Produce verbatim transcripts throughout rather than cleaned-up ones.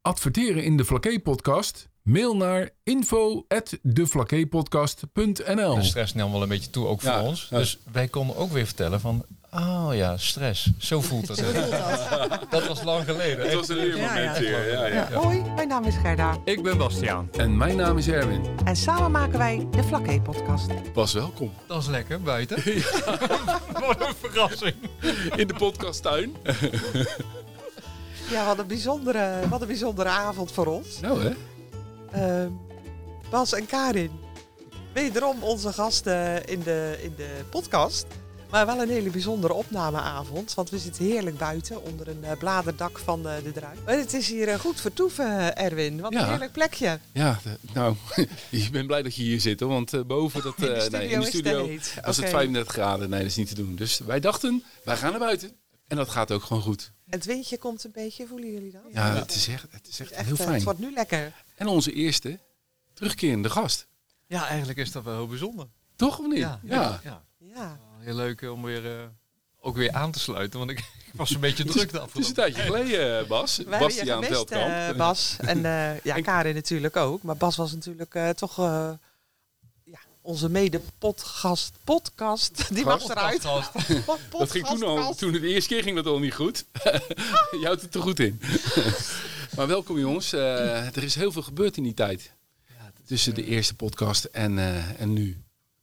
Adverteren in de Flaké podcast? Mail naar info at de flakey podcast punt n l. De stress nam wel een beetje toe, ook voor Ja, ons. ja. Dus wij konden ook weer vertellen van... Oh ja, stress. Zo voelt het. dat. dat was lang geleden. Het was een leermoment weer. Ja, ja. Ja. Hoi, mijn naam is Gerda. Ik ben Bastiaan. En mijn naam is Erwin. En samen maken wij de Flaké podcast. Was welkom Dat is lekker, buiten. Wat een verrassing. in de podcasttuin. Ja, wat een bijzondere, wat een bijzondere avond voor ons. Nou hè? Uh, Bas en Karin, wederom onze gasten in de, in de podcast. Maar wel een hele bijzondere opnameavond. Want we zitten heerlijk buiten onder een uh, bladerdak van uh, de druif. Maar het is hier uh, goed vertoeven, uh, Erwin. Wat Ja. een heerlijk plekje. Ja, de- nou, ik ben blij dat je hier zit hoor. Want uh, boven dat, uh, In de studio nee, in de is studio het heet. was het Oké. vijfendertig graden. Nee, dat is niet te doen. Dus wij dachten, wij gaan naar buiten. En dat gaat ook gewoon goed. Het windje komt een beetje, voelen jullie dat? Ja, het is echt, het is echt, Echt, heel uh, fijn. het wordt nu lekker. En onze eerste terugkerende gast. Ja, eigenlijk is dat wel heel bijzonder. Toch of niet? Ja. ja. ja. Ja. Heel leuk om weer, uh, ook weer aan te sluiten. Want ik, ik was een beetje druk de Het is een afgelopen tijdje geleden, uh, Bas. We hebben je Bastiaan gemist, Veldkamp. uh, Bas. En uh, ja, Karin natuurlijk ook. Maar Bas was natuurlijk uh, toch uh, ja, onze mede-podcast. Podcast, die mag Gast. eruit. Dat ging toen al, toen het de eerste keer ging dat al niet goed. Je houdt het er goed in. Maar welkom jongens. Uh, er is heel veel gebeurd in die tijd. Tussen de eerste podcast en, uh, en nu.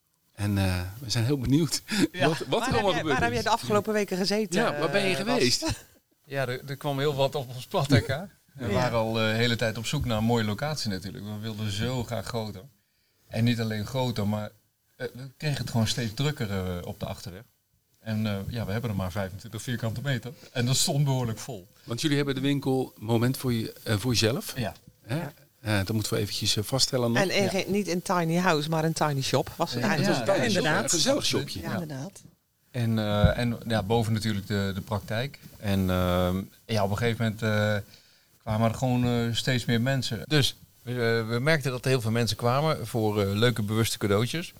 En uh, we zijn heel benieuwd Ja. wat, wat Waar, er heb allemaal jij, gebeurd waar heb is. jij de afgelopen weken gezeten? Ja, waar ben je uh, geweest? Bas? Ja, er, er kwam heel wat op ons pad, hè, Ka? We Ja. waren al de hele tijd op zoek naar een mooie locatie natuurlijk. We wilden zo graag groter. En niet alleen groter, maar uh, we kregen het gewoon steeds drukker uh, op de achterweg. En uh, ja, we hebben er maar vijfentwintig vierkante meter. En dat stond behoorlijk vol. Want jullie hebben de winkel moment voor, je, uh, voor jezelf. Ja. Hè? Uh, dat moeten we eventjes uh, vaststellen nog. En in, geen- niet een tiny house, maar een tiny shop. Was het Ja, eigenlijk. Het was een ja, tiny shop, inderdaad. Een gezellig shopje. Ja. Inderdaad. En, uh, en ja, boven natuurlijk de, de praktijk. En uh, ja, op een gegeven moment uh, kwamen er gewoon uh, steeds meer mensen. Dus we, we merkten dat er heel veel mensen kwamen voor uh, leuke bewuste cadeautjes.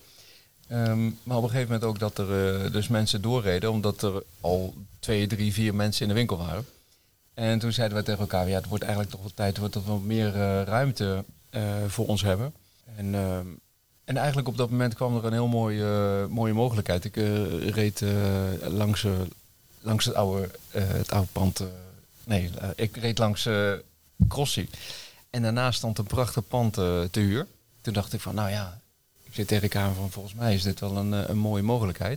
Um, maar op een gegeven moment ook dat er uh, dus mensen doorreden, omdat er al twee, drie, vier mensen in de winkel waren. En toen zeiden we tegen elkaar, ja, het wordt eigenlijk toch wel tijd dat we wat meer uh, ruimte uh, voor ons hebben. En, uh, en eigenlijk op dat moment kwam er een heel mooie, uh, mooie mogelijkheid. Ik uh, reed uh, langs, uh, langs het, oude, uh, het oude pand. Uh, nee, uh, ik reed langs uh, Crossie. En daarnaast stond een prachtig pand uh, te huur. Toen dacht ik van, nou ja, ik zit tegen elkaar van, volgens mij is dit wel een, uh, een mooie mogelijkheid.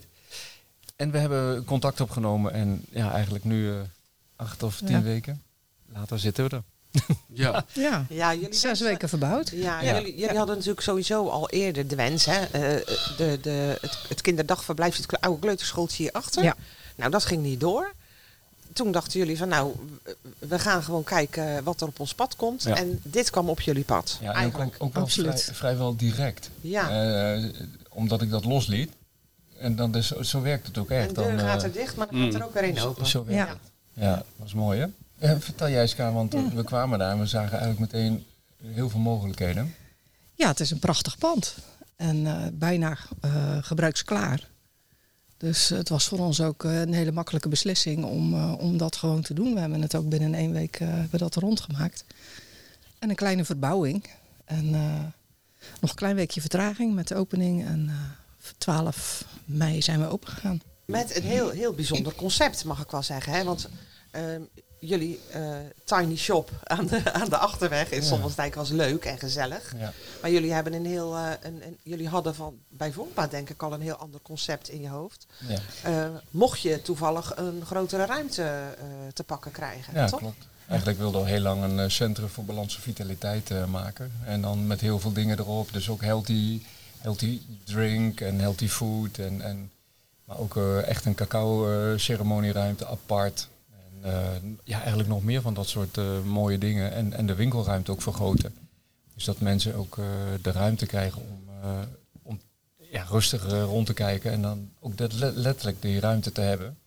En we hebben contact opgenomen en ja, eigenlijk nu uh, acht of tien Ja. weken later zitten we er. Ja. Ja, Ja, jullie zes mensen- weken verbouwd. Ja, Ja. jullie, jullie hadden natuurlijk sowieso al eerder de wens. Hè? Uh, de, de, het, het kinderdagverblijf, het oude kleuterschooltje hierachter. Ja. Nou, dat ging niet door. Toen dachten jullie van nou, we gaan gewoon kijken wat er op ons pad komt. Ja. En dit kwam op jullie pad. Ja, en ook, eigenlijk. ook, ook wel Absoluut. vrij, vrijwel direct. Ja. Uh, omdat ik dat losliet. En dan dus, zo werkt het ook echt. En de deur dan, gaat uh, er dicht, maar dan mm. gaat er ook weer een zo, open. zo werkt Ja. het. Ja, dat was mooi hè? Ja, vertel jij eens, Ka, want Ja. we kwamen daar en we zagen eigenlijk meteen heel veel mogelijkheden. Ja, het is een prachtig pand. En uh, bijna uh, gebruiksklaar. Dus het was voor ons ook uh, een hele makkelijke beslissing om, uh, om dat gewoon te doen. We hebben het ook binnen één week uh, hebben we dat rondgemaakt. En een kleine verbouwing. En uh, nog een klein weekje vertraging met de opening. En uh, twaalf mei zijn we open gegaan. Met een heel, heel bijzonder concept, mag ik wel zeggen. Hè? Want uh, jullie uh, tiny shop aan de, aan de achterweg in Ja. Sommelsdijk was leuk en gezellig. Ja. Maar jullie hebben een heel, uh, een, een, jullie hadden van bij Vompa denk ik al een heel ander concept in je hoofd. Ja, Uh, mocht je toevallig een grotere ruimte uh, te pakken krijgen, ja toch? klopt. Eigenlijk wilden we heel lang een uh, centrum voor balans en vitaliteit uh, maken. En dan met heel veel dingen erop. Dus ook healthy, healthy drink en healthy food. En, en, maar ook uh, echt een cacao uh, ceremonieruimte apart. En uh, ja, eigenlijk nog meer van dat soort uh, mooie dingen. En, en de winkelruimte ook vergroten. Dus dat mensen ook uh, de ruimte krijgen om, uh, om ja, rustig uh, rond te kijken. En dan ook dat le- letterlijk die ruimte te hebben.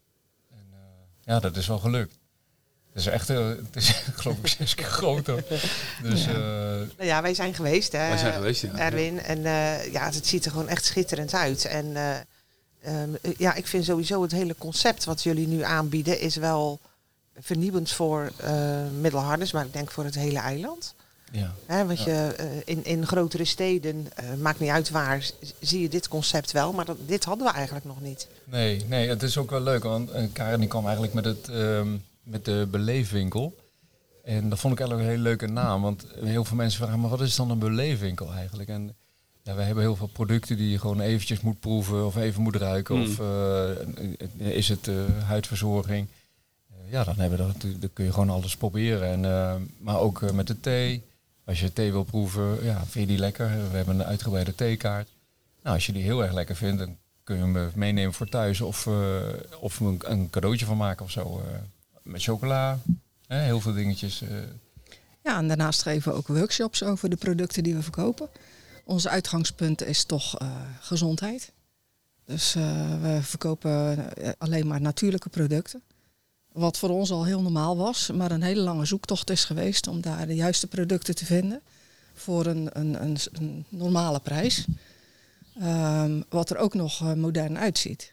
En uh, ja, dat is wel gelukt. Het is echt, uh, het is geloof ik zes keer groter. Dus Ja. uh, Nou ja, wij zijn geweest, hè, Wij zijn geweest, ja. Erwin. En uh, ja, het ziet er gewoon echt schitterend uit. En uh, um, ja, ik vind sowieso het hele concept wat jullie nu aanbieden is wel vernieuwend voor uh, Middelharnis, maar ik denk voor het hele eiland. Ja. Hè, want ja. je, uh, in, in grotere steden, uh, maakt niet uit waar, zie je dit concept wel, maar dat, dit hadden we eigenlijk nog niet. Nee, nee, het is ook wel leuk, want uh, Karin die kwam eigenlijk met, het, uh, met de beleefwinkel. En dat vond ik eigenlijk een hele leuke naam, want heel veel mensen vragen, maar wat is dan een beleefwinkel eigenlijk? En ja, we hebben heel veel producten die je gewoon eventjes moet proeven of even moet ruiken. Mm. Of uh, is het uh, huidverzorging? Uh, ja, dan, hebben we dat, dan kun je gewoon alles proberen. En, uh, maar ook uh, met de thee. Als je thee wil proeven, ja, vind je die lekker? We hebben een uitgebreide theekaart. Nou, als je die heel erg lekker vindt, dan kun je hem meenemen voor thuis. Of, uh, of een, een cadeautje van maken of zo. Uh, met chocola. Uh, heel veel dingetjes. Uh. Ja, en daarnaast geven we ook workshops over de producten die we verkopen. Ons uitgangspunt is toch uh, gezondheid. Dus uh, we verkopen alleen maar natuurlijke producten. Wat voor ons al heel normaal was, maar een hele lange zoektocht is geweest om daar de juiste producten te vinden voor een, een, een, een normale prijs. Um, wat er ook nog uh, modern uitziet.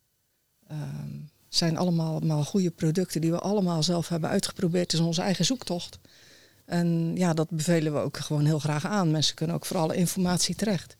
Um, het zijn allemaal, allemaal goede producten die we allemaal zelf hebben uitgeprobeerd. Het is onze eigen zoektocht. En ja, dat bevelen we ook gewoon heel graag aan. Mensen kunnen ook voor alle informatie terecht.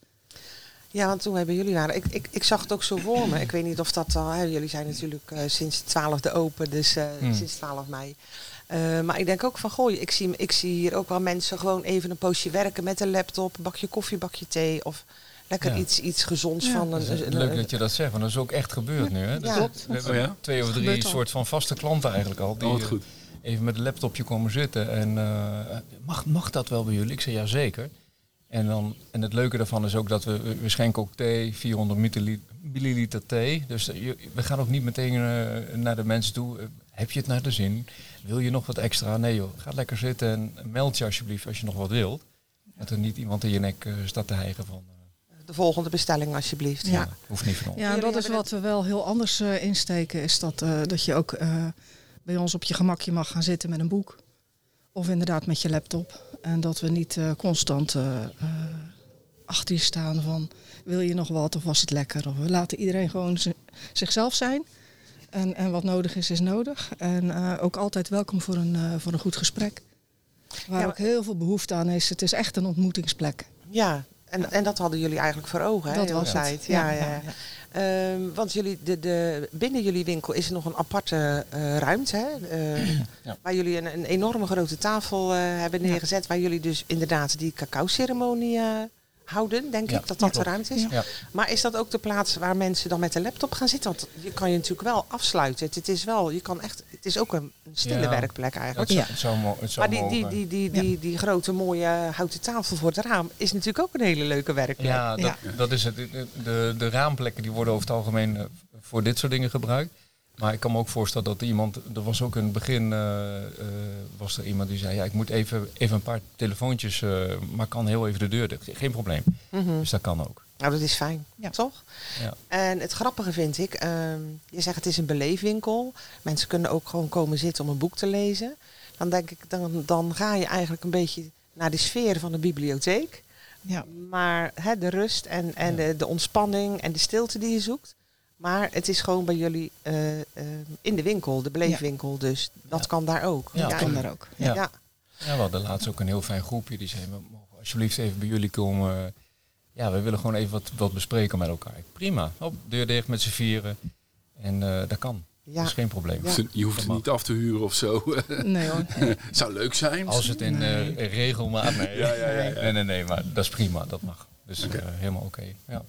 Ja, want toen we bij jullie waren, ik, ik, ik zag het ook zo voor me. Ik weet niet of dat al, hè, jullie zijn natuurlijk uh, sinds de twaalfde open, dus uh, mm. sinds twaalf mei. Uh, maar ik denk ook van, goh, ik zie, ik zie hier ook wel mensen gewoon even een poosje werken met een laptop, een bakje koffie, bakje thee of lekker ja. iets, iets gezonds ja. van. Een, een, een, leuk een, dat je dat zegt, want dat is ook echt gebeurd ja. nu. Hè? Ja. Klopt. We hebben oh, ja? twee of drie soort van vaste klanten eigenlijk al. Die, oh, goed. Even met een laptopje komen zitten. En uh, mag, mag dat wel bij jullie? Ik zei ja, zeker. En, dan, en het leuke daarvan is ook dat we, we schenken ook thee, vierhonderd milliliter thee. Dus je, we gaan ook niet meteen uh, naar de mensen toe. Uh, heb je het naar de zin? Wil je nog wat extra? Nee joh, ga lekker zitten en meld je alsjeblieft als je nog wat wilt. Dat er niet iemand in je nek uh, staat te hijgen van... Uh, de volgende bestelling alsjeblieft. Ja, ja. Hoeft niet van ons. Ja, dat is wat we wel heel anders uh, insteken. Is dat, uh, dat je ook uh, bij ons op je gemakje mag gaan zitten met een boek. Of inderdaad met je laptop. En dat we niet uh, constant uh, uh, achter je staan van... wil je nog wat of was het lekker? Of we laten iedereen gewoon z- zichzelf zijn. En, en wat nodig is, is nodig. En uh, ook altijd welkom voor een, uh, voor een goed gesprek. Waar ja, ook heel veel behoefte aan is. Het is echt een ontmoetingsplek. Ja, en, ja. en dat hadden jullie eigenlijk voor ogen, hè? Dat was het. Ja, ja, ja. ja, ja. Um, want jullie, de, de, binnen jullie winkel is er nog een aparte uh, ruimte, hè? Uh, ja. Waar jullie een, een enorme grote tafel uh, hebben neergezet. Ja. Waar jullie dus inderdaad die cacao-ceremonie uh, houden, denk ja. ik, dat dat de ruimte is. Ja. Maar is dat ook de plaats waar mensen dan met de laptop gaan zitten? Want je kan je natuurlijk wel afsluiten. Het, het is wel, je kan echt, het is ook een stille ja. werkplek eigenlijk. Het zou, het zou mo- het zou maar die, die, die, die, die, die, die grote mooie houten tafel voor het raam is natuurlijk ook een hele leuke werkplek. Ja, dat, ja. dat is het. De, de, de raamplekken die worden over het algemeen voor dit soort dingen gebruikt. Maar ik kan me ook voorstellen dat iemand, er was ook in het begin, uh, uh, was er iemand die zei, ja, ik moet even, even een paar telefoontjes, uh, maar kan heel even de deur dicht. Geen probleem. Mm-hmm. Dus dat kan ook. Nou, dat is fijn, ja. toch? Ja. En het grappige vind ik, uh, je zegt het is een beleefwinkel. Mensen kunnen ook gewoon komen zitten om een boek te lezen. Dan denk ik, dan, dan ga je eigenlijk een beetje naar de sfeer van de bibliotheek. Ja. Maar hè, de rust en, en ja. de, de ontspanning en de stilte die je zoekt. Maar het is gewoon bij jullie uh, uh, in de winkel, de beleefwinkel. Ja. Dus dat ja. kan daar ook. Ja, dat ja. kan daar ook. Ja. Ja. Ja, we hadden laatst ook een heel fijn groepje. Die zei, we mogen alsjeblieft even bij jullie komen. Ja, we willen gewoon even wat, wat bespreken met elkaar. Prima. Op, deur dicht met z'n vieren. En uh, dat kan. Ja. Dat is geen probleem. Ja. Je hoeft het niet af te huren of zo. Nee hoor. Zou leuk zijn. Als het in nee. uh, regelmaat... Nee. Ja, ja, ja, ja. nee, nee, nee, maar dat is prima. Dat mag. Dus okay. uh, helemaal oké. Okay. Ja.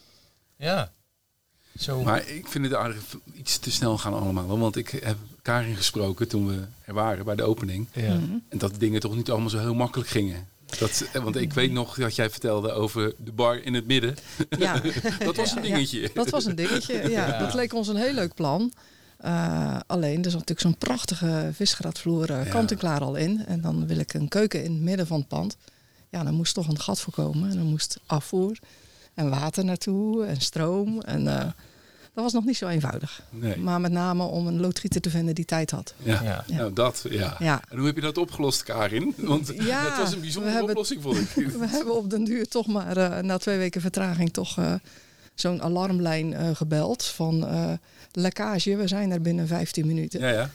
Ja. Zo. Maar ik vind het aardig iets te snel gaan allemaal. Want ik heb Karin gesproken toen we er waren bij de opening. Ja. Mm-hmm. En dat dingen toch niet allemaal zo heel makkelijk gingen. Dat, want ik weet nog dat jij vertelde over de bar in het midden. Ja. Dat was een dingetje. Ja, dat was een dingetje, ja. ja. Dat leek ons een heel leuk plan. Uh, alleen, er is natuurlijk zo'n prachtige visgraatvloer uh, kant-en-klaar al in. En dan wil ik een keuken in het midden van het pand. Ja, dan moest toch een gat voorkomen. En dan moest afvoer en water naartoe en stroom. En uh, dat was nog niet zo eenvoudig. Nee. Maar met name om een loodgieter te vinden die tijd had. Ja, ja. ja. Nou, dat, ja. ja. En hoe heb je dat opgelost, Karin? Want ja, dat was een bijzondere hebben, oplossing, vond ik. We hebben op den duur toch maar uh, na twee weken vertraging toch uh, zo'n alarmlijn uh, gebeld van uh, lekkage. We zijn er binnen vijftien minuten. Ja, ja.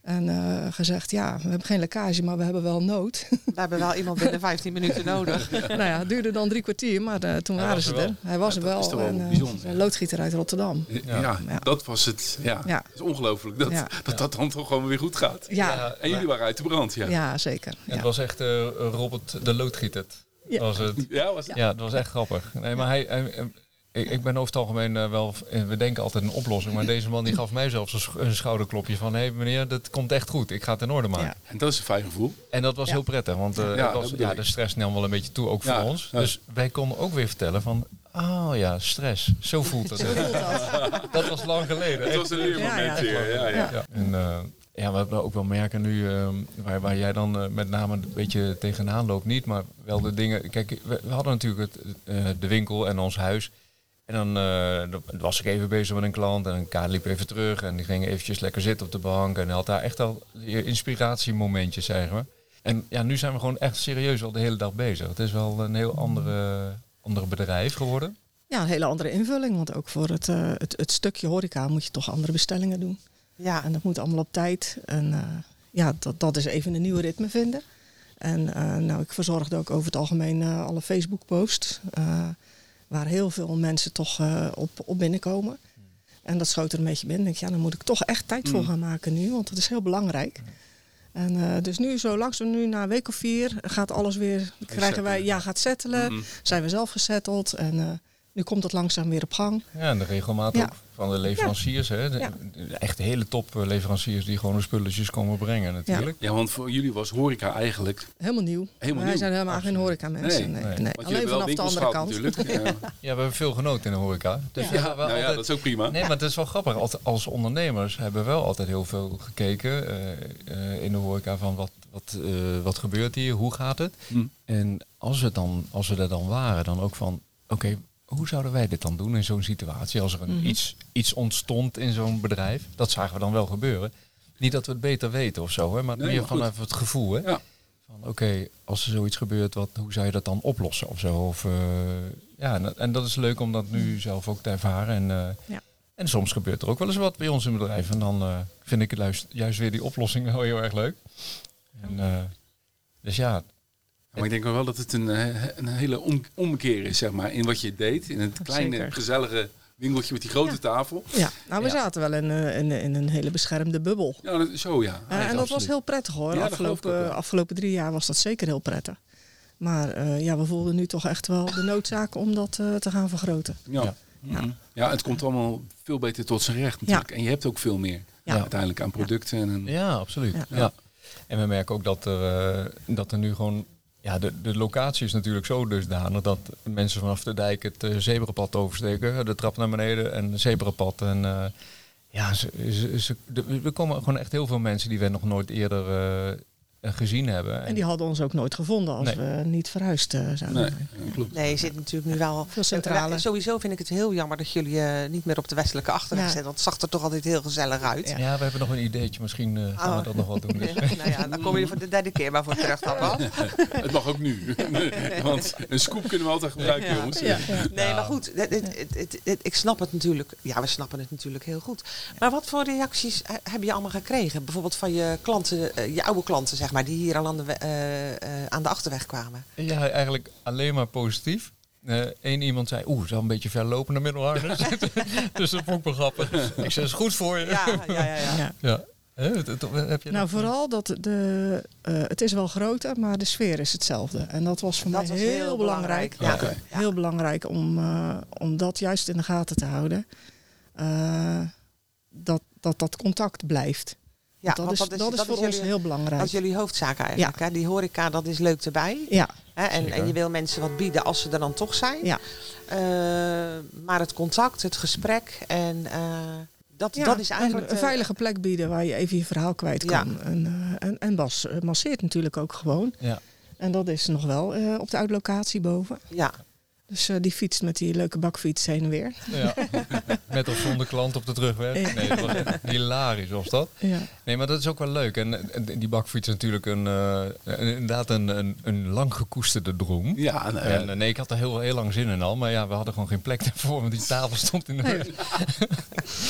En uh, gezegd, ja, we hebben geen lekkage, maar we hebben wel nood. We hebben wel iemand binnen vijftien minuten nodig. Nou ja, het duurde dan drie kwartier, maar uh, toen Hij waren was ze er er. wel. Hij was Ja, er dat wel. is toch wel en, uh, bijzonder. een loodgieter uit Rotterdam. Ja, ja, Ja. dat was het. Ja, Ja. Het is ongelooflijk dat, Ja. dat dat dan toch gewoon weer goed gaat. Ja, Ja, En jullie waren uit de brand, ja. ja zeker. Het Ja. was echt uh, Robert de Loodgieter. Ja. Was het. Ja, was het? Ja, dat was echt grappig. Nee, maar hij, hij, ik, ik ben over het algemeen uh, wel, we denken altijd een oplossing, maar deze man die gaf mij zelfs een, sch- een schouderklopje van, hé hey, meneer, dat komt echt goed, ik ga het in orde maken. Ja. En dat is een fijn gevoel. En dat was Ja. heel prettig, want uh, Ja, het dat was, bedoel ja, ik. de stress nam wel een beetje toe, ook Ja, voor ons. ja. Dus wij konden ook weer vertellen van, oh ja, stress, zo voelt het. Zo voelt dat. Dat was lang geleden. Het was een leermoment Ja, ja. weer. Ja, ja. Ja. En uh, ja, we hebben ook wel merken nu, uh, waar, waar jij dan uh, met name een beetje tegenaan loopt, niet, maar wel de dingen. Kijk, we, we hadden natuurlijk het, uh, de winkel en ons huis. En dan uh, was ik even bezig met een klant en een kaart liep even terug en die ging eventjes lekker zitten op de bank en had daar echt al inspiratiemomentjes, zeggen we. En ja, nu zijn we gewoon echt serieus al de hele dag bezig. Het is wel een heel andere, andere bedrijf geworden. Ja, een hele andere invulling. Want ook voor het, uh, het, het stukje horeca moet je toch andere bestellingen doen. Ja, En dat moet allemaal op tijd. En uh, ja, dat, dat is even een nieuw ritme vinden. En uh, nou, ik verzorgde ook over het algemeen uh, alle Facebook-posts. Uh, waar heel veel mensen toch uh, op, op binnenkomen. En dat schoot er een beetje binnen. Ik denk, ja, dan moet ik toch echt tijd voor gaan maken nu. Want dat is heel belangrijk. En uh, dus nu, zo langzaam nu, na een week of vier, gaat alles weer, krijgen wij, ja, gaat settelen. Mm-hmm. Zijn we zelf gesetteld. En uh, nu komt het langzaam weer op gang. Ja, en de regelmaat Ja. ook van de leveranciers. Hè? De, Ja. de echt hele top leveranciers die gewoon de spulletjes komen brengen natuurlijk. Ja, want voor jullie was horeca eigenlijk Helemaal nieuw. helemaal Wij nieuw. zijn helemaal geen horeca mensen. Nee, Nee, nee. nee. Want jullie Alleen hebben wel vanaf de winkels andere gehad kant. natuurlijk. Ja. Ja, we hebben veel genoten in de horeca. Dus Ja. ja, Ja, wel nou ja, altijd- dat is ook prima. Nee, maar het is wel grappig. Als, als ondernemers hebben we wel altijd heel veel gekeken uh, uh, in de horeca van wat, wat, uh, wat gebeurt hier, hoe gaat het? Hm. En als we, dan, als we er dan waren, dan ook van, oké, okay, hoe zouden wij dit dan doen in zo'n situatie? Als er een, Mm-hmm. iets, iets ontstond in zo'n bedrijf, dat zagen we dan wel gebeuren. Niet dat we het beter weten of zo, hè, maar Nee, meer maar goed. vanuit het gevoel. Hè? Ja. Van oké, okay, als er zoiets gebeurt, wat, hoe zou je dat dan oplossen of zo? Of, uh, ja, en, en dat is leuk om dat nu zelf ook te ervaren. En, uh, Ja. en soms gebeurt er ook wel eens wat bij ons in het bedrijf. En dan uh, vind ik het juist, juist weer die oplossing wel heel erg leuk. En, uh, dus ja. Maar ik denk wel dat het een, een hele om, omkeer is, zeg maar, in wat je deed. In het kleine, Zeker. gezellige winkeltje met die grote Ja. tafel. Ja, nou we Ja. zaten wel in, uh, in, in een hele beschermde bubbel. Ja, dat, zo ja. Uh, en Eigenlijk dat was absoluut. heel prettig hoor. Ja, dat geloof ik ook afgelopen, wel. afgelopen drie jaar was dat zeker heel prettig. Maar uh, ja, we voelden nu toch echt wel de noodzaak om dat uh, te gaan vergroten. Ja. Ja. Ja. ja, het komt allemaal veel beter tot zijn recht natuurlijk. En je hebt ook veel meer Ja. uiteindelijk aan producten. En een, Ja, absoluut. Ja. Ja. En we merken ook dat er, uh, dat er nu gewoon... Ja, de, de locatie is natuurlijk zo dusdanig dat mensen vanaf de dijk het uh, zebrapad oversteken. De trap naar beneden en het zebrapad. En uh, ja, ze, ze, ze, de, er komen gewoon echt heel veel mensen die we nog nooit eerder uh, gezien hebben. En die hadden ons ook nooit gevonden als Nee. we niet verhuisd uh, zouden nee, zijn. ja, klopt. nee, je zit natuurlijk nu wel... Veel centrale. Eh, Sowieso vind ik het heel jammer dat jullie uh, niet meer op de westelijke achterweg Ja. zijn. Want het zag er toch altijd heel gezellig uit. Ja. Ja, we hebben nog een ideetje. Misschien uh, gaan we Oh. dat nog wel doen. Dus. nou ja, dan kom je er voor de derde keer maar voor terug dan wel. Het mag ook nu. Want een scoop kunnen we altijd gebruiken, Ja. jongens. Ja. Nee, maar goed, het, het, het, het, het- ik snap het natuurlijk. Ja, we snappen het natuurlijk heel goed. Maar wat voor reacties he- heb je allemaal gekregen? Bijvoorbeeld van je klanten, uh, je oude klanten, zeg maar, die hier al aan de, we- uh, uh, aan de achterweg kwamen. Ja, eigenlijk alleen maar positief. Eén uh, iemand zei, oeh, zou een beetje ver lopen naar Middelharnis. Dus dat vond ik wel grappig. Ik zei, is goed voor je. Ja, ja, ja. ja. Ja. Ja. Hè, het- het- heb je Nou, dat- vooral dat de, uh, het is wel groter, maar de sfeer is hetzelfde. En dat was voor Dat mij was heel, heel belangrijk. belangrijk. Ja. Ja. Oké. Heel belangrijk om, uh, om dat juist in de gaten te houden. Uh, dat, dat dat contact blijft. Ja, dat want is, dat is voor ons jullie, heel belangrijk. dat is jullie hoofdzaak eigenlijk. Hè? Die horeca, dat is leuk erbij. Ja, Hè? En, Zeker. en je wil mensen wat bieden als ze er dan toch zijn. ja. Uh, maar het contact, het gesprek en uh, dat, Ja, dat is eigenlijk... een, een uh, veilige plek bieden waar je even je verhaal kwijt Ja. kan. En, uh, en, en Bas uh, masseert natuurlijk ook gewoon. Ja. En dat is nog wel uh, op de uitlocatie boven. Ja, Dus uh, die fietst met die leuke bakfiets heen en weer. Ja. Met of zonder klant op de terugweg. Ja. Nee, dat was echt hilarisch was dat. Ja. Nee, maar dat is ook wel leuk. En, en die bakfiets is natuurlijk een, uh, een, inderdaad een, een, een lang gekoesterde droom. Ja, nee, En uh, nee, ik had er heel, heel lang zin in al. Maar ja, we hadden gewoon geen plek ervoor. Want die tafel stond in de Nee. weg.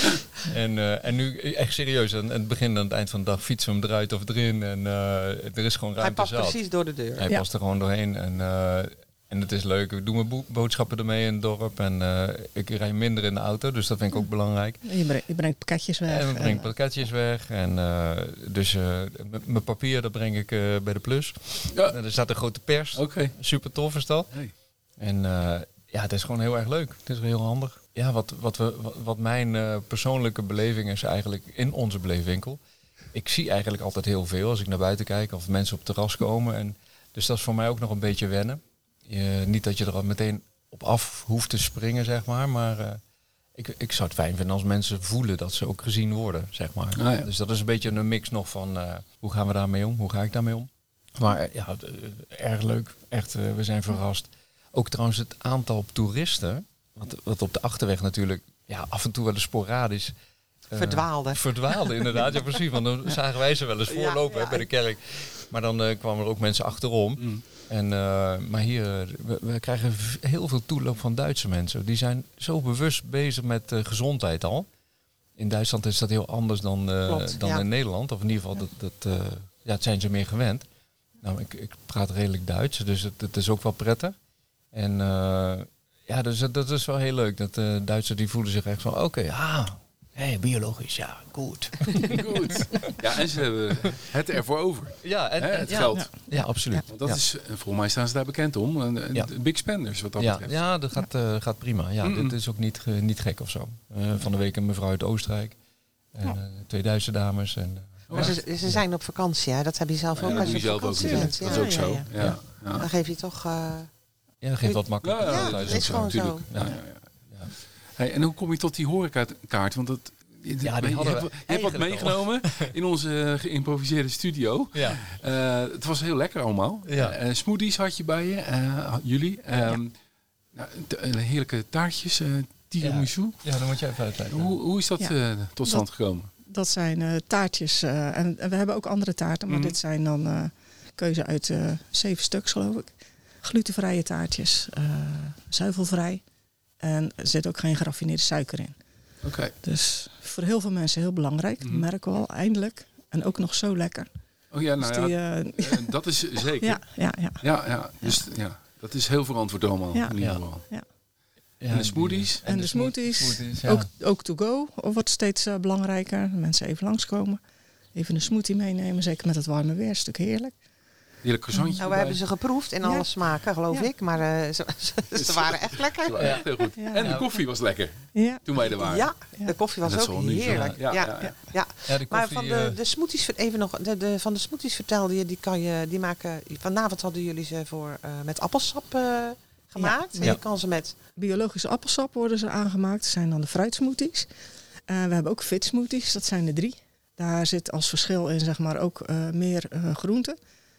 En, uh, en nu echt serieus, aan het begin en aan het eind van de dag fietsen we hem eruit of erin. En uh, er is gewoon ruimte zat. Hij past zat. precies door de deur. Hij ja. past er gewoon doorheen. En, uh, en het is leuk. We doen mijn boodschappen ermee in het dorp. En uh, ik rij minder in de auto, dus dat vind ik ook belangrijk. Je brengt, je brengt pakketjes weg. En we brengen pakketjes weg. En uh, dus uh, mijn papier, dat breng ik uh, bij de Plus. Ja. Er staat een grote pers. Oké. Super tof is dat. Hey. En uh, ja, het is gewoon heel erg leuk. Het is heel handig. Ja, wat, wat, we, wat mijn uh, persoonlijke beleving is eigenlijk in onze beleefwinkel. Ik zie eigenlijk altijd heel veel als ik naar buiten kijk of mensen op het terras komen. En dus dat is voor mij ook nog een beetje wennen. Je, niet dat je er al meteen op af hoeft te springen, zeg maar. Maar uh, ik, ik zou het fijn vinden als mensen voelen dat ze ook gezien worden, zeg maar. Ah, ja. Dus dat is een beetje een mix nog van uh, hoe gaan we daarmee om? Hoe ga ik daarmee om? Maar ja, uh, erg leuk. Echt, uh, we zijn verrast. Ook trouwens het aantal toeristen, wat, wat op de achterweg natuurlijk ja, af en toe wel eens sporadisch... Uh, verdwaalde. Verdwaalde, inderdaad. Ja, precies. Want dan zagen wij ze wel eens voorlopen ja, ja. bij de kerk. Maar dan uh, kwamen er ook mensen achterom. Mm. En, uh, maar hier, we, we krijgen v- heel veel toeloop van Duitse mensen. Die zijn zo bewust bezig met uh, gezondheid al. In Duitsland is dat heel anders dan, uh, Klopt, dan ja. in Nederland. Of in ieder geval, dat, dat, uh, ja, het zijn ze meer gewend. Nou, ik, ik praat redelijk Duits, dus het, het is ook wel prettig. En uh, ja, dus dat is wel heel leuk. Dat uh, Duitsers die voelen zich echt van, oké, okay, ah, hey, biologisch, ja, goed. Goed. Ja, en ze hebben het ervoor over. Ja, en, Hè, het ja, geld. Ja, ja absoluut. Want dat ja. is, volgens mij staan ze daar bekend om. En, ja. Big spenders, wat dat ja, betreft. Ja, dat gaat, uh, gaat prima. Ja, mm-mm. Dit is ook niet, uh, niet gek of zo. Uh, van de week een mevrouw uit Oostenrijk. En uh, twee Duitse dames. En, uh, maar ze, ze zijn op vakantie, hè? Dat heb je zelf ook ja, als je zelf ook niet. Dat is ook zo. Ja, ja. Ja. Dan geef je toch... Uh, ja, dat geeft wat makkelijker. Ja, ja, dat is gewoon zo. zo. Ja, ja, ja. Ja. Hey, en hoe kom je tot die horecakaart? Want dat... Ja, die je hadden hebt, je hebt wat meegenomen in onze geïmproviseerde studio. Ja. Uh, het was heel lekker allemaal. Ja. Uh, smoothies had je bij je, uh, jullie. Um, ja. nou, heerlijke taartjes, uh, tiramisu. Ja. ja, dan moet je even uitleggen. Hoe, hoe is dat ja. uh, tot stand dat, gekomen? Dat zijn uh, taartjes. Uh, en, en we hebben ook andere taarten, maar mm. dit zijn dan uh, keuze uit uh, zeven stuks, geloof ik. Glutenvrije taartjes, uh, zuivelvrij. En er zit ook geen geraffineerde suiker in. Okay. Dus voor heel veel mensen heel belangrijk. Dat mm. merken we al, eindelijk. En ook nog zo lekker. Oh ja, nou dus ja, die, uh, dat is zeker. Ja, ja, ja. ja, ja. Dus ja. ja, dat is heel verantwoord allemaal. Ja. In ieder geval. Ja. Ja. En de smoothies? En, en de, de smoothies. smoothies ja. ook, ook to go wordt steeds uh, belangrijker. Mensen even langskomen. Even een smoothie meenemen. Zeker met het warme weer. Is natuurlijk heerlijk. Heerlijk croissantje. Nou, we hebben ze geproefd in ja. alle smaken, geloof ja. ik. Maar uh, ze, ze, ze waren echt lekker. Ze waren echt heel goed. Ja. En de koffie was lekker. Ja. Toen wij er waren. Ja, de koffie was ook heerlijk. Ja, ja, ja. ja. ja. ja de koffie, maar van de, de smoothies, even nog, de, de, van de smoothies vertelde je, die kan je, die maken. Vanavond hadden jullie ze voor uh, met appelsap uh, gemaakt. Ja. En je kan ze met biologische appelsap worden ze aangemaakt. Dat zijn dan de fruitsmoothies. Uh, we hebben ook fit smoothies. Dat zijn er drie. Daar zit als verschil in, zeg maar, ook uh, meer uh, groenten.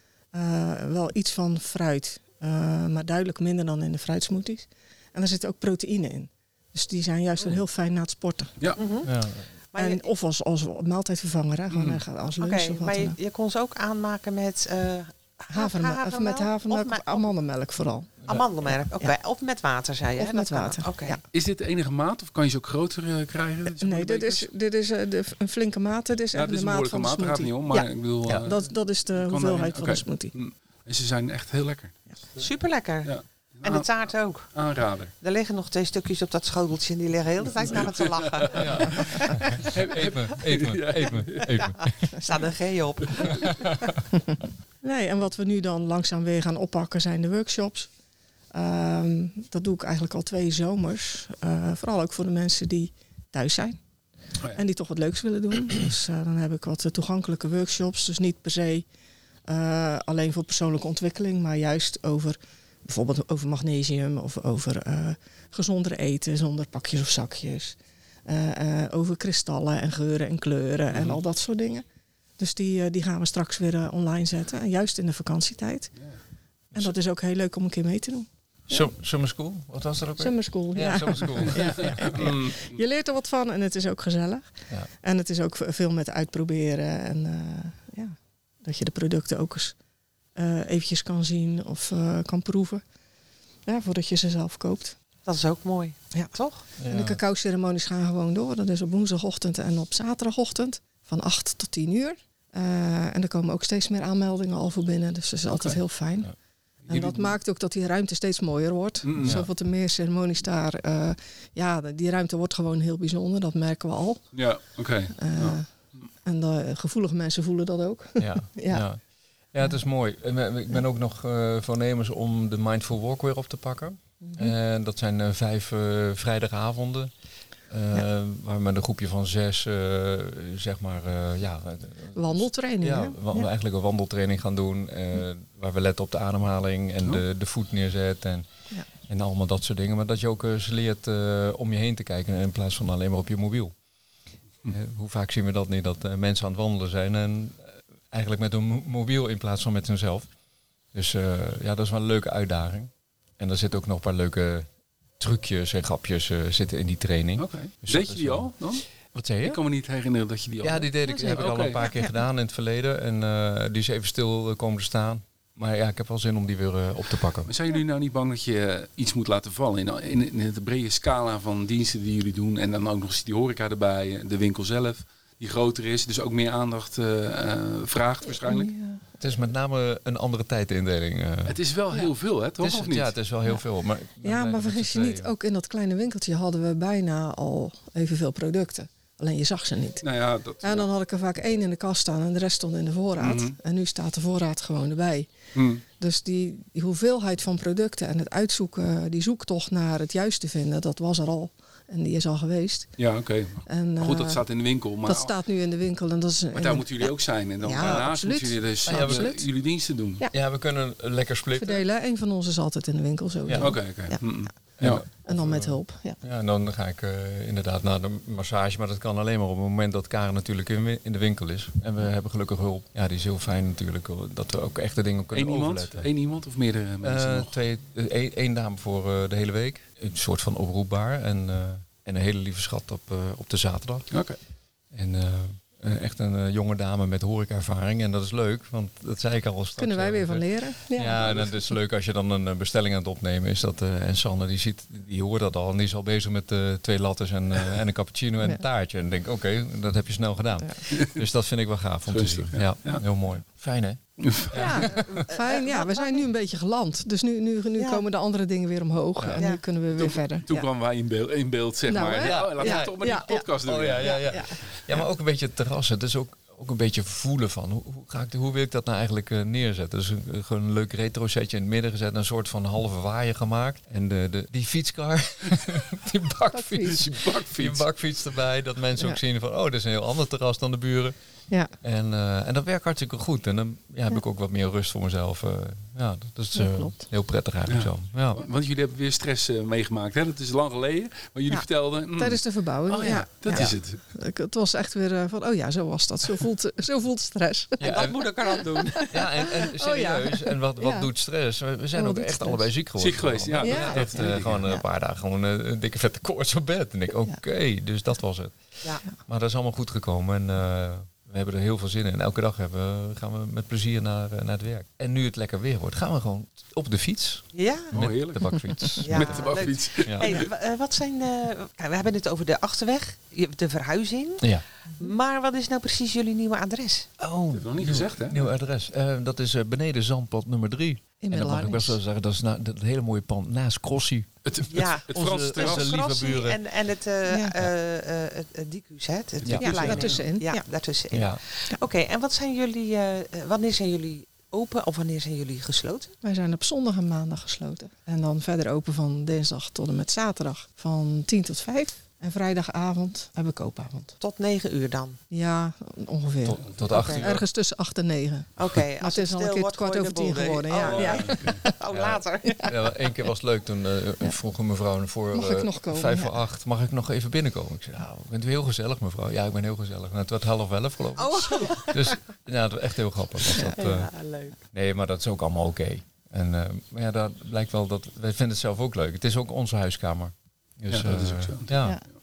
Uh, wel iets van fruit, uh, maar duidelijk minder dan in de fruitsmoothies. En er zit ook proteïne in. Dus die zijn juist wel heel fijn na het sporten. Ja. Mm-hmm. ja. En, je, of als, als maaltijdvervanger, hè, gewoon mm. als lunch okay, of wat maar je, je kon ze ook aanmaken met uh, havermelk, havermelk, met havermelk of, of amandelmelk vooral. Amandelmelk, oké. Okay. Ja. Of met water, zei je. Of hè? met water, okay. ja. Is dit de enige maat of kan je ze ook groter uh, krijgen? Nee, dit is, dit is uh, de, een flinke maat. Dit is ja, de maat van de smoothie. Gaat niet om, maar ja. ik bedoel, ja, uh, dat, dat is de hoeveelheid van okay. de smoothie. Mm. En ze zijn echt heel lekker. Ja. Super lekker. Ja. En de taart ook. Aanrader. Er liggen nog twee stukjes op dat schoteltje en die liggen heel de tijd naar me te lachen. Ja. Even, even, even, even. Ja, er staat een G op. Nee, en wat we nu dan langzaam weer gaan oppakken zijn de workshops. Um, dat doe ik eigenlijk al twee zomers. Uh, vooral ook voor de mensen die thuis zijn. Oh ja. En die toch wat leuks willen doen. Dus uh, dan heb ik wat uh, toegankelijke workshops. Dus niet per se uh, alleen voor persoonlijke ontwikkeling, maar juist over bijvoorbeeld over magnesium of over uh, gezonder eten zonder pakjes of zakjes. Uh, uh, over kristallen en geuren en kleuren mm-hmm. en al dat soort dingen. Dus die, uh, die gaan we straks weer uh, online zetten. En juist in de vakantietijd. Ja. En dat is ook heel leuk om een keer mee te doen. Ja. Summer School, wat was dat ook weer? Summer School, ja. ja. Summer School. ja, ja, ja, ja. Je leert er wat van en het is ook gezellig. Ja. En het is ook veel met uitproberen. En uh, ja, dat je de producten ook eens uh, eventjes kan zien of uh, kan proeven. Ja, voordat je ze zelf koopt. Dat is ook mooi. Ja. Toch? Ja. En de cacao-ceremonies gaan gewoon door. Dat is op woensdagochtend en op zaterdagochtend. Van acht tot tien uur. Uh, en er komen ook steeds meer aanmeldingen al voor binnen. Dus dat is altijd okay. heel fijn. Ja. En dat maakt ook dat die ruimte steeds mooier wordt. Mm, Zoveel ja. te meer ceremonies daar. Uh, ja, die ruimte wordt gewoon heel bijzonder. Dat merken we al. Ja, oké. Okay. Uh, ja. En de gevoelige mensen voelen dat ook. Ja, ja. ja. ja het is mooi. Ik ben ook nog uh, voornemens om de Mindful Walk weer op te pakken. Mm-hmm. En dat zijn uh, vijf uh, vrijdagavonden. Uh, ja. Waar we met een groepje van zes, uh, zeg maar, uh, ja... Wandeltraining, ja, hè? wa- ja, eigenlijk een wandeltraining gaan doen. Uh, waar we letten op de ademhaling en oh. de, de voet neerzet en, ja. en allemaal dat soort dingen. Maar dat je ook uh, leert uh, om je heen te kijken in plaats van alleen maar op je mobiel. Hm. Uh, hoe vaak zien we dat niet, dat uh, mensen aan het wandelen zijn en uh, eigenlijk met hun mo- mobiel in plaats van met hunzelf. Dus uh, ja, dat is wel een leuke uitdaging. En er zitten ook nog een paar leuke... trucjes en grapjes uh, zitten in die training. Oké. Okay. Dus deed je die al dan? Wat zei je? Ik kan me niet herinneren dat je die al... Ja, die deed ik, heb ik okay. al een paar keer ja. gedaan in het verleden. En uh, die is even stil komen te staan. Maar ja, ik heb wel zin om die weer uh, op te pakken. Maar zijn jullie nou niet bang dat je uh, iets moet laten vallen in, in, in de brede scala van diensten die jullie doen? En dan ook nog eens die horeca erbij, de winkel zelf, die groter is. Dus ook meer aandacht uh, uh, vraagt waarschijnlijk. Ja. Het is met name een andere tijdindeling. Uh. Het is wel heel ja. veel, hè? Toch? Het is, of niet? Ja, het is wel heel ja. veel. Maar ja, maar vergis je niet, ook in dat kleine winkeltje hadden we bijna al evenveel producten. Alleen je zag ze niet. Nou ja, dat, en dan had ik er vaak één in de kast staan en de rest stond in de voorraad. Mm-hmm. En nu staat de voorraad gewoon erbij. Mm. Dus die, die hoeveelheid van producten en het uitzoeken, die zoektocht naar het juiste vinden, dat was er al. En die is al geweest. Ja, oké. Okay. Goed, dat staat in de winkel. Maar dat staat nu in de winkel. En dat is, maar daar en, moeten jullie ja. ook zijn. En dan ja, daarnaast absoluut. moeten jullie dus ja, ja, we, jullie diensten doen. Ja. ja, we kunnen lekker splitten. Verdelen. Eén van ons is altijd in de winkel. Zo. Ja, oké. Okay, okay. ja. ja. Ja. En dan met hulp. Ja. ja, en dan ga ik uh, inderdaad naar de massage. Maar dat kan alleen maar op het moment dat Karen natuurlijk in, in de winkel is. En we hebben gelukkig hulp. Ja, die is heel fijn natuurlijk. Dat we ook echte dingen kunnen Eén overletten. Eén iemand of meerdere mensen uh, nog? Twee, één, één dame voor uh, de hele week. Een soort van oproepbaar. En, uh, en een hele lieve schat op, uh, op de zaterdag. Oké. Okay. En... Uh, Uh, echt een uh, jonge dame met horeca-ervaring. En dat is leuk, want dat zei ik al straks. Kunnen wij weer van leren. Ja, ja en het is leuk als je dan een bestelling aan het opnemen is. Dat, uh, en Sanne, die, ziet, die hoort dat al. En die is al bezig met uh, twee lattes en, uh, en een cappuccino en ja. een taartje. En denk, oké, okay, dat heb je snel gedaan. Ja. Dus dat vind ik wel gaaf om Rustig, te zien. Ja. Ja, ja, heel mooi. Fijn, hè? Ja, fijn. Ja, we zijn nu een beetje geland. Dus nu, nu, nu ja. komen de andere dingen weer omhoog. Ja. En nu kunnen we weer toen, verder. Toen ja. kwamen wij in beeld, in beeld zeg nou, maar. Ja, oh, laten ja. we toch maar ja. die podcast ja. doen. Oh, ja, ja, ja. Ja. ja, maar ook een beetje het terras. Het is ook... Ook een beetje voelen van, hoe, hoe, ga ik, hoe wil ik dat nou eigenlijk uh, neerzetten? Dus uh, gewoon een leuk retro setje in het midden gezet. Een soort van halve waaier gemaakt. En de, de, die fietskar, die bakfiets, die bakfiets. Die bakfiets erbij. Dat mensen ja. ook zien van, oh, dit is een heel ander terras dan de buren. Ja. En, uh, en dat werkt hartstikke goed. En dan ja, heb ja. ik ook wat meer rust voor mezelf. Uh, ja, dat is uh, ja, heel prettig eigenlijk ja. zo. Ja. Want jullie hebben weer stress uh, meegemaakt. Hè? Dat is lang geleden. Maar jullie ja. vertelden... Mm, tijdens de verbouwing. Oh, ja, ja. Dat ja. is het. Het was echt weer uh, van, oh ja, zo was dat. Zo voelt, zo voelt stress. Ja, en dat moet ik eraan doen. Ja, en, en serieus. Oh, ja. En wat, wat ja. doet stress? We zijn ook echt stress? allebei ziek geworden. Ziek geweest, ja. ja. Echt uh, gewoon een paar dagen gewoon uh, een dikke vette koorts op bed. En ik, oké, okay, dus dat was het. Ja. Maar dat is allemaal goed gekomen. En... Uh, we hebben er heel veel zin in. En elke dag hebben, gaan we met plezier naar, naar het werk. En nu het lekker weer wordt, gaan we gewoon op de fiets. Ja. Met oh, de bakfiets. Ja, met de bakfiets. Ja. Hey, wat zijn de... Kijk, we hebben het over de Achterweg, de verhuizing. Ja. Maar wat is nou precies jullie nieuwe adres? Oh, dat heb je nog niet nieuw, gezegd, hè? Nieuw adres. Uh, dat is uh, beneden Zandpad nummer drie. In en dat mag ik best wel zeggen. Dat is na, dat hele mooie pand naast Crossie. Het, het, ja, het, het Franse terras. Lieve buren. En, en het, uh, ja. uh, uh, het, het Dicus, hè? Het, het ja, ja, daartussenin. Ja, ja. daartussenin. Ja. Oké, okay, en wat zijn jullie, uh, wanneer zijn jullie open of wanneer zijn jullie gesloten? Wij zijn op zondag en maandag gesloten. En dan verder open van dinsdag tot en met zaterdag van tien tot vijf. En vrijdagavond hebben we koopavond. Tot negen uur dan? Ja, ongeveer. Tot, tot acht uur. Okay. Ergens tussen acht en negen. Oké. Okay, maar het is al een keer kwart over tien geworden. Ja. Oh, ja. oh later. Ja, ja, Eén keer was het leuk. Toen uh, ja. vroeg een mevrouw voor uh, vijf voor ja. acht. Mag ik nog even binnenkomen? Ik zei, nou, bent u heel gezellig mevrouw? Ja, ik ben heel gezellig. Nou, het werd half elf geloof ik. Oh. Dus ja, het was echt heel grappig. Was dat, uh, ja, leuk. Nee, maar dat is ook allemaal oké. Okay. En uh, maar ja, dat blijkt wel dat... Wij vinden het zelf ook leuk. Het is ook onze huiskamer. Dus, ja, dat is ook zo. Uh, ja. ja.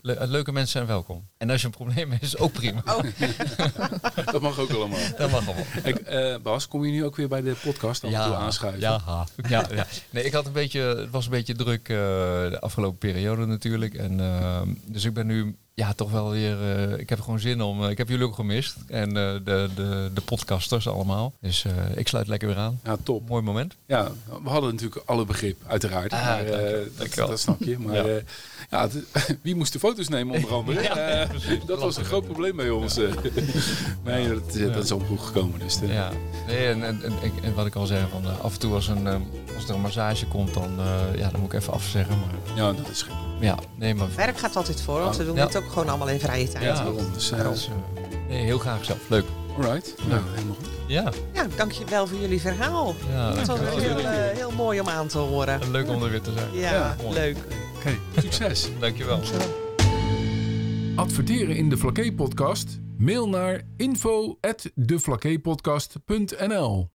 Le- leuke mensen zijn welkom. En als je een probleem hebt, is ook prima. Oh. Dat mag ook allemaal. Dat mag allemaal. Ik, uh, Bas, kom je nu ook weer bij de podcast af en toe aanschuiven? Ja, ja, ja. Nee, ik had een beetje, het was een beetje druk uh, de afgelopen periode natuurlijk. En, uh, dus ik ben nu ja, toch wel weer... Uh, ik heb gewoon zin om... Uh, ik heb jullie ook gemist. En uh, de, de, de podcasters allemaal. Dus uh, ik sluit lekker weer aan. Ja, top. Mooi moment. Ja, we hadden natuurlijk alle begrip, uiteraard. Ah, maar, uh, dat, dat snap je. Maar ja. Uh, ja, het, wie moest de foto's nemen onder andere? Ja, uh, dat was een groot probleem bij ons. Uh. nee, dat, uh, dat is allemaal goed gekomen. Dus de... Ja, nee, en, en, en, en wat ik al zei, van, uh, af en toe als, een, uh, als er een massage komt, dan, uh, ja, dan moet ik even afzeggen. Maar... Ja, dat is goed. Ja, nee, maar... Werk gaat altijd voor, want we doen ja. dit ook gewoon allemaal in vrije tijd. Ja, daarom. Dus, uh, dus, uh, nee, heel graag zelf. Leuk. Alright. Ja. Nou, helemaal goed. Ja. Ja, dankjewel voor jullie verhaal. Ja, dat was heel, uh, heel mooi om aan te horen. Leuk om er weer te zijn. Ja, ja. Leuk. Oké, okay. Succes. Dankjewel. Adverteren in de Vlakke podcast? Mail naar info at de vlakke podcast punt n l.